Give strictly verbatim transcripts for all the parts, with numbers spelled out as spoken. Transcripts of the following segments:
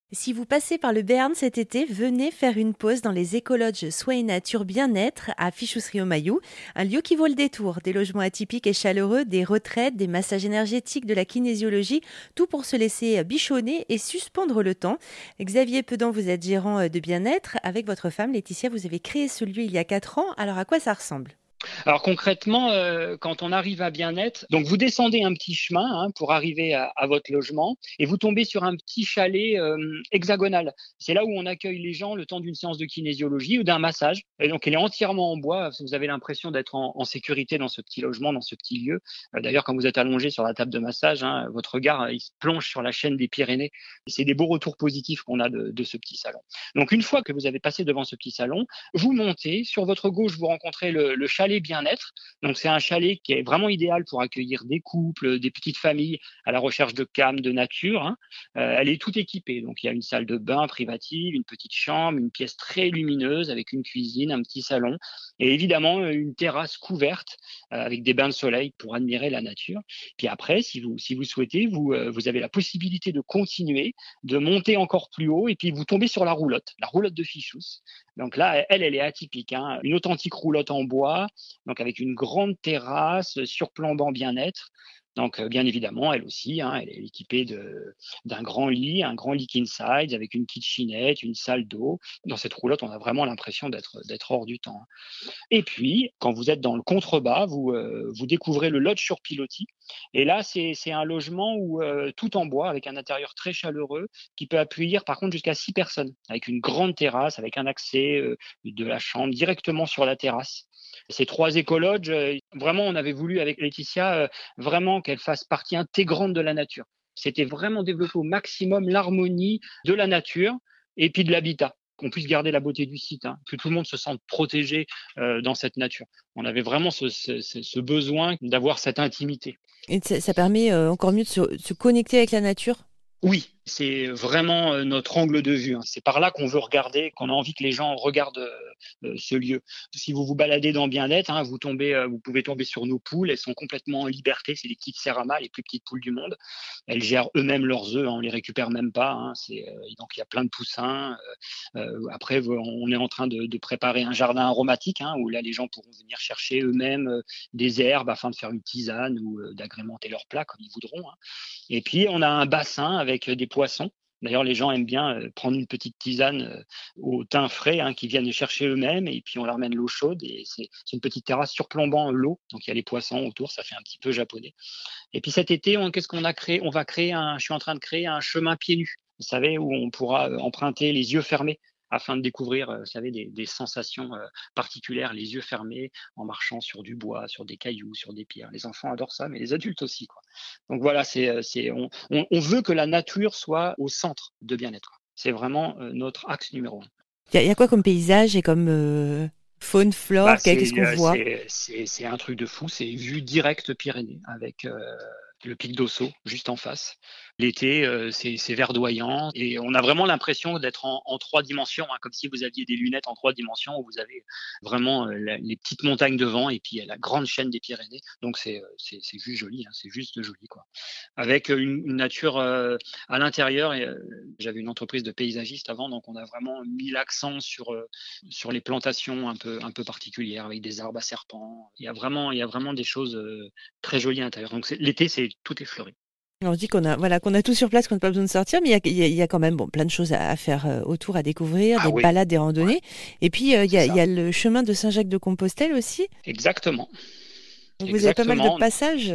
Si vous passez par le Béarn cet été, venez faire une pause dans les écolodges Soins et Nature Bien-être à Fichousserie-au-Maillou, un lieu qui vaut le détour. Des logements atypiques et chaleureux, des retraites, des massages énergétiques, de la kinésiologie, tout pour se laisser bichonner et suspendre le temps. Xavier Pedan, vous êtes gérant de bien-être. Avec votre femme Laetitia, vous avez créé ce lieu il y a quatre ans. Alors à quoi ça ressemble ? Alors concrètement, euh, quand on arrive à Bien-être, donc vous descendez un petit chemin hein, pour arriver à, à votre logement et vous tombez sur un petit chalet euh, hexagonal. C'est là où on accueille les gens le temps d'une séance de kinésiologie ou d'un massage. Et donc, il est entièrement en bois. Vous avez l'impression d'être en, en sécurité dans ce petit logement, dans ce petit lieu. Euh, d'ailleurs, quand vous êtes allongé sur la table de massage, hein, votre regard il se plonge sur la chaîne des Pyrénées. Et c'est des beaux retours positifs qu'on a de, de ce petit salon. Donc, une fois que vous avez passé devant ce petit salon, vous montez. Sur votre gauche, vous rencontrez le, le chalet Bien-être. Donc, c'est un chalet qui est vraiment idéal pour accueillir des couples, des petites familles à la recherche de calme, de nature. Hein. Euh, elle est toute équipée. Donc, il y a une salle de bain privative, une petite chambre, une pièce très lumineuse avec une cuisine, un petit salon et évidemment une terrasse couverte euh, avec des bains de soleil pour admirer la nature. Puis après, si vous, si vous souhaitez, vous, euh, vous avez la possibilité de continuer, de monter encore plus haut et puis vous tombez sur la roulotte, la roulotte de Fichous. Donc là, elle, elle est atypique. Hein. Une authentique roulotte en bois, donc avec une grande terrasse surplombant Bien-être. Donc, bien évidemment, elle aussi, hein, elle est équipée de, d'un grand lit, un grand lit king size avec une kitchenette, une salle d'eau. Dans cette roulotte, on a vraiment l'impression d'être, d'être hors du temps. Et puis, quand vous êtes dans le contrebas, vous, euh, vous découvrez le lodge sur pilotis. Et là, c'est, c'est un logement où, euh, tout en bois, avec un intérieur très chaleureux, qui peut accueillir par contre jusqu'à six personnes, avec une grande terrasse, avec un accès euh, de la chambre directement sur la terrasse. Ces trois écologes, euh, vraiment, on avait voulu avec Laetitia, euh, vraiment qu'elles fassent partie intégrante de la nature. C'était vraiment développer au maximum l'harmonie de la nature et puis de l'habitat, qu'on puisse garder la beauté du site, hein, que tout le monde se sente protégé euh, dans cette nature. On avait vraiment ce, ce, ce besoin d'avoir cette intimité. Et ça, ça permet euh, encore mieux de se, de se connecter avec la nature. Oui, c'est vraiment euh, notre angle de vue. Hein. C'est par là qu'on veut regarder, qu'on a envie que les gens regardent euh, ce lieu. Si vous vous baladez dans Bien-être, hein, vous tombez, euh, vous pouvez tomber sur nos poules. Elles sont complètement en liberté. C'est des petites Serama, les plus petites poules du monde. Elles gèrent eux-mêmes leurs œufs. Hein, on les récupère même pas. Hein, c'est, euh, donc il y a plein de poussins. Euh, euh, après, on est en train de, de préparer un jardin aromatique hein, où là les gens pourront venir chercher eux-mêmes euh, des herbes afin de faire une tisane ou euh, d'agrémenter leur plat comme ils voudront. Hein. Et puis on a un bassin avec des poissons. D'ailleurs, les gens aiment bien euh, prendre une petite tisane euh, au thym frais hein, qu'ils viennent chercher eux-mêmes et puis on leur amène l'eau chaude et c'est, c'est une petite terrasse surplombant l'eau. Donc il y a les poissons autour, ça fait un petit peu japonais. Et puis cet été, on, qu'est-ce qu'on a créé ? On va créer un, je suis en train de créer un chemin pieds nus. Vous savez, où on pourra emprunter les yeux fermés afin de découvrir, vous savez, des, des sensations euh, particulières, les yeux fermés, en marchant sur du bois, sur des cailloux, sur des pierres. Les enfants adorent ça, mais les adultes aussi, quoi. Donc voilà, c'est, c'est, on, on, on veut que la nature soit au centre de Bien-être. C'est vraiment euh, notre axe numéro un. Il y, y, a quoi comme paysage et comme euh, faune, Bah, flore, qu'est-ce c'est, qu'on euh, voit ? c'est, c'est, c'est un truc de fou, c'est vue directe Pyrénées avec euh, le pic d'Ossau juste en face. L'été, euh, c'est, c'est verdoyant et on a vraiment l'impression d'être en, en trois dimensions, hein, comme si vous aviez des lunettes en trois dimensions où vous avez vraiment euh, la, les petites montagnes devant et puis la grande chaîne des Pyrénées. Donc c'est, c'est, c'est juste joli, hein, c'est juste joli, quoi. Avec une, une nature euh, à l'intérieur. Et, euh, j'avais une entreprise de paysagiste avant, donc on a vraiment mis l'accent sur euh, sur les plantations un peu un peu particulières avec des arbres à serpents. Il y a vraiment il y a vraiment des choses euh, très jolies à l'intérieur. Donc c'est, l'été, c'est tout est fleuri. On se dit qu'on a, voilà, qu'on a tout sur place, qu'on n'a pas besoin de sortir, mais il y a, il y a, il y a quand même bon, plein de choses à, à faire euh, autour, à découvrir, Ah des oui, balades, des ouais, randonnées. Et puis, euh, il y c'est a, il ça. y a le chemin de Saint-Jacques-de-Compostelle aussi. Exactement. Donc, vous avez pas mal de Exactement. passages.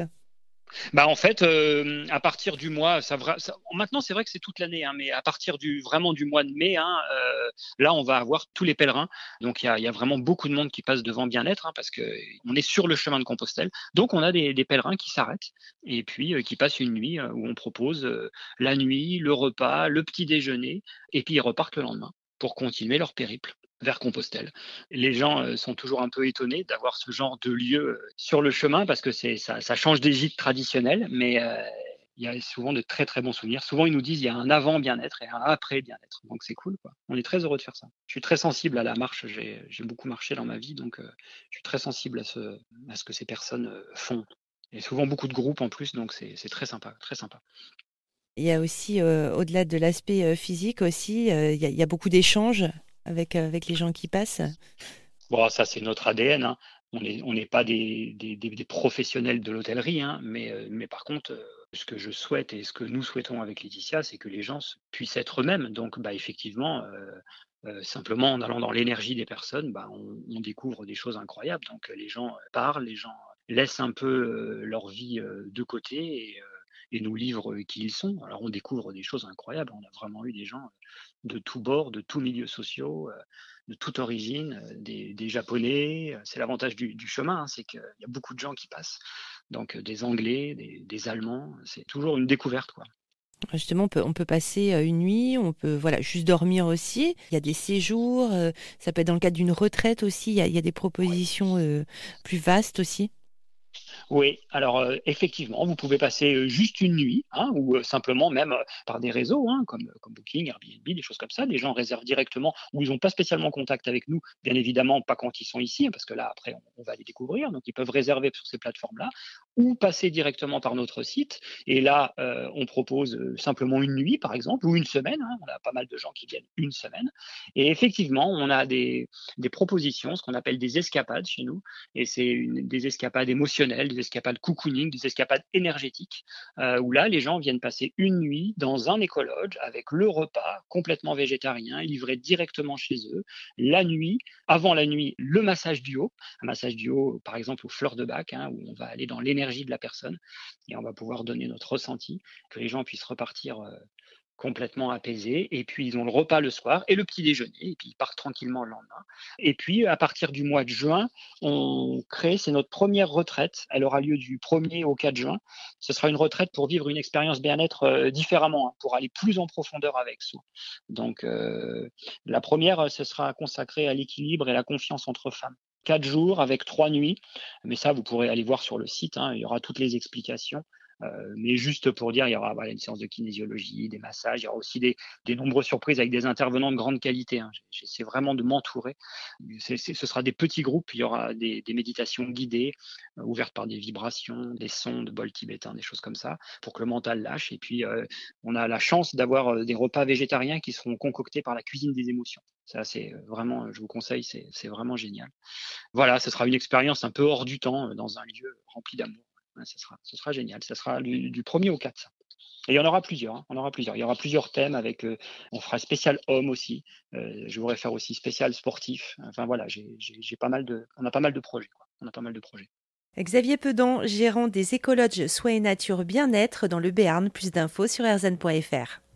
Bah en fait, euh, à partir du mois, ça, ça, maintenant c'est vrai que c'est toute l'année, hein, mais à partir du vraiment du mois de mai, hein, euh, là on va avoir tous les pèlerins. Donc il y a, y a vraiment beaucoup de monde qui passe devant Bien-être hein, parce que on est sur le chemin de Compostelle. Donc on a des, des pèlerins qui s'arrêtent et puis euh, qui passent une nuit euh, où on propose euh, la nuit, le repas, le petit déjeuner et puis ils repartent le lendemain pour continuer leur périple vers Compostelle. Les gens euh, sont toujours un peu étonnés d'avoir ce genre de lieu euh, sur le chemin parce que c'est, ça, ça change des gîtes traditionnels, mais euh, il y a souvent de très très bons souvenirs. Souvent ils nous disent il y a un avant bien-être et un après bien-être, donc c'est cool, quoi. On est très heureux de faire ça. Je suis très sensible à la marche, j'ai, j'ai beaucoup marché dans ma vie, donc euh, je suis très sensible à ce, à ce que ces personnes euh, font. Et souvent beaucoup de groupes en plus, donc c'est, c'est très sympa, très sympa. Il y a aussi, euh, au-delà de l'aspect euh, physique aussi, euh, il y a, il y a beaucoup d'échanges avec, euh, avec les gens qui passent. Bon, ça, c'est notre A D N, hein. On n'est on n'est pas des, des, des- des professionnels de l'hôtellerie, hein, mais, euh, mais par contre, euh, ce que je souhaite et ce que nous souhaitons avec Laetitia, c'est que les gens se- puissent être eux-mêmes. Donc, bah, effectivement, euh, euh, simplement en allant dans l'énergie des personnes, bah, on, on découvre des choses incroyables. Donc, euh, les gens euh, parlent, les gens laissent un peu euh, leur vie euh, de côté et, euh, et nous livrent euh, qui ils sont. Alors, on découvre des choses incroyables. On a vraiment eu des gens de tous bords, de tous milieux sociaux, euh, de toute origine, euh, des, des Japonais. C'est l'avantage du, du chemin, hein, c'est qu'il y a beaucoup de gens qui passent. Donc euh, des Anglais, des, des Allemands, c'est toujours une découverte, quoi. Justement, on peut, on peut passer euh, une nuit, on peut voilà, juste dormir aussi. Il y a des séjours, euh, ça peut être dans le cadre d'une retraite aussi. Il y a, il y a des propositions euh, plus vastes aussi. Oui, alors euh, effectivement, vous pouvez passer euh, juste une nuit, hein, ou euh, simplement même euh, par des réseaux, hein, comme, comme Booking, Airbnb, des choses comme ça. Les gens réservent directement, ou ils n'ont pas spécialement contact avec nous, bien évidemment pas quand ils sont ici, hein, parce que là après on, on va les découvrir, donc ils peuvent réserver sur ces plateformes-là, ou passer directement par notre site. Et là, euh, on propose euh, simplement une nuit, par exemple, ou une semaine. Hein. On a pas mal de gens qui viennent une semaine. Et effectivement, on a des, des propositions, ce qu'on appelle des escapades chez nous, et c'est une, des escapades émotionnelles, des escapades cocooning, des escapades énergétiques, euh, où là, les gens viennent passer une nuit dans un écologe avec le repas complètement végétarien, livré directement chez eux. La nuit, avant la nuit, le massage du haut, un massage du haut, par exemple, aux fleurs de bac, hein, où on va aller dans l'énergie de la personne et on va pouvoir donner notre ressenti, que les gens puissent repartir euh, complètement apaisés. Et puis, ils ont le repas le soir et le petit déjeuner. Et puis, ils partent tranquillement le lendemain. Et puis, à partir du mois de juin, on crée, c'est notre première retraite. Elle aura lieu du premier au quatre juin. Ce sera une retraite pour vivre une expérience bien-être euh, différemment, hein, pour aller plus en profondeur avec soi. Donc, euh, la première, ce sera consacrée à l'équilibre et la confiance entre femmes. Quatre jours avec trois nuits. Mais ça, vous pourrez aller voir sur le site. Hein, il y aura toutes les explications. Euh, mais juste pour dire, il y aura voilà, une séance de kinésiologie, des massages, il y aura aussi des, des nombreuses surprises avec des intervenants de grande qualité. Hein. J'essaie vraiment de m'entourer. C'est, c'est, ce sera des petits groupes, il y aura des, des méditations guidées, euh, ouvertes par des vibrations, des sons de bol tibétain, des choses comme ça, pour que le mental lâche. Et puis, euh, on a la chance d'avoir euh, des repas végétariens qui seront concoctés par la cuisine des émotions. Ça, c'est vraiment, je vous conseille, c'est, c'est vraiment génial. Voilà, ce sera une expérience un peu hors du temps, euh, dans un lieu rempli d'amour. Ouais, ce sera, ce sera génial. Ce sera du, du premier au quatre. Ça. Et il y en aura plusieurs. Hein. On aura plusieurs. Il y aura plusieurs thèmes avec. Euh, on fera spécial homme aussi. Euh, je voudrais faire aussi spécial sportif. Enfin voilà, j'ai, j'ai, j'ai pas mal de. On a pas mal de projets. Quoi. On a pas mal de projets. Xavier Pedan, gérant des écologes Soins et Nature Bien-être dans le Béarn. Plus d'infos sur erzen point f r.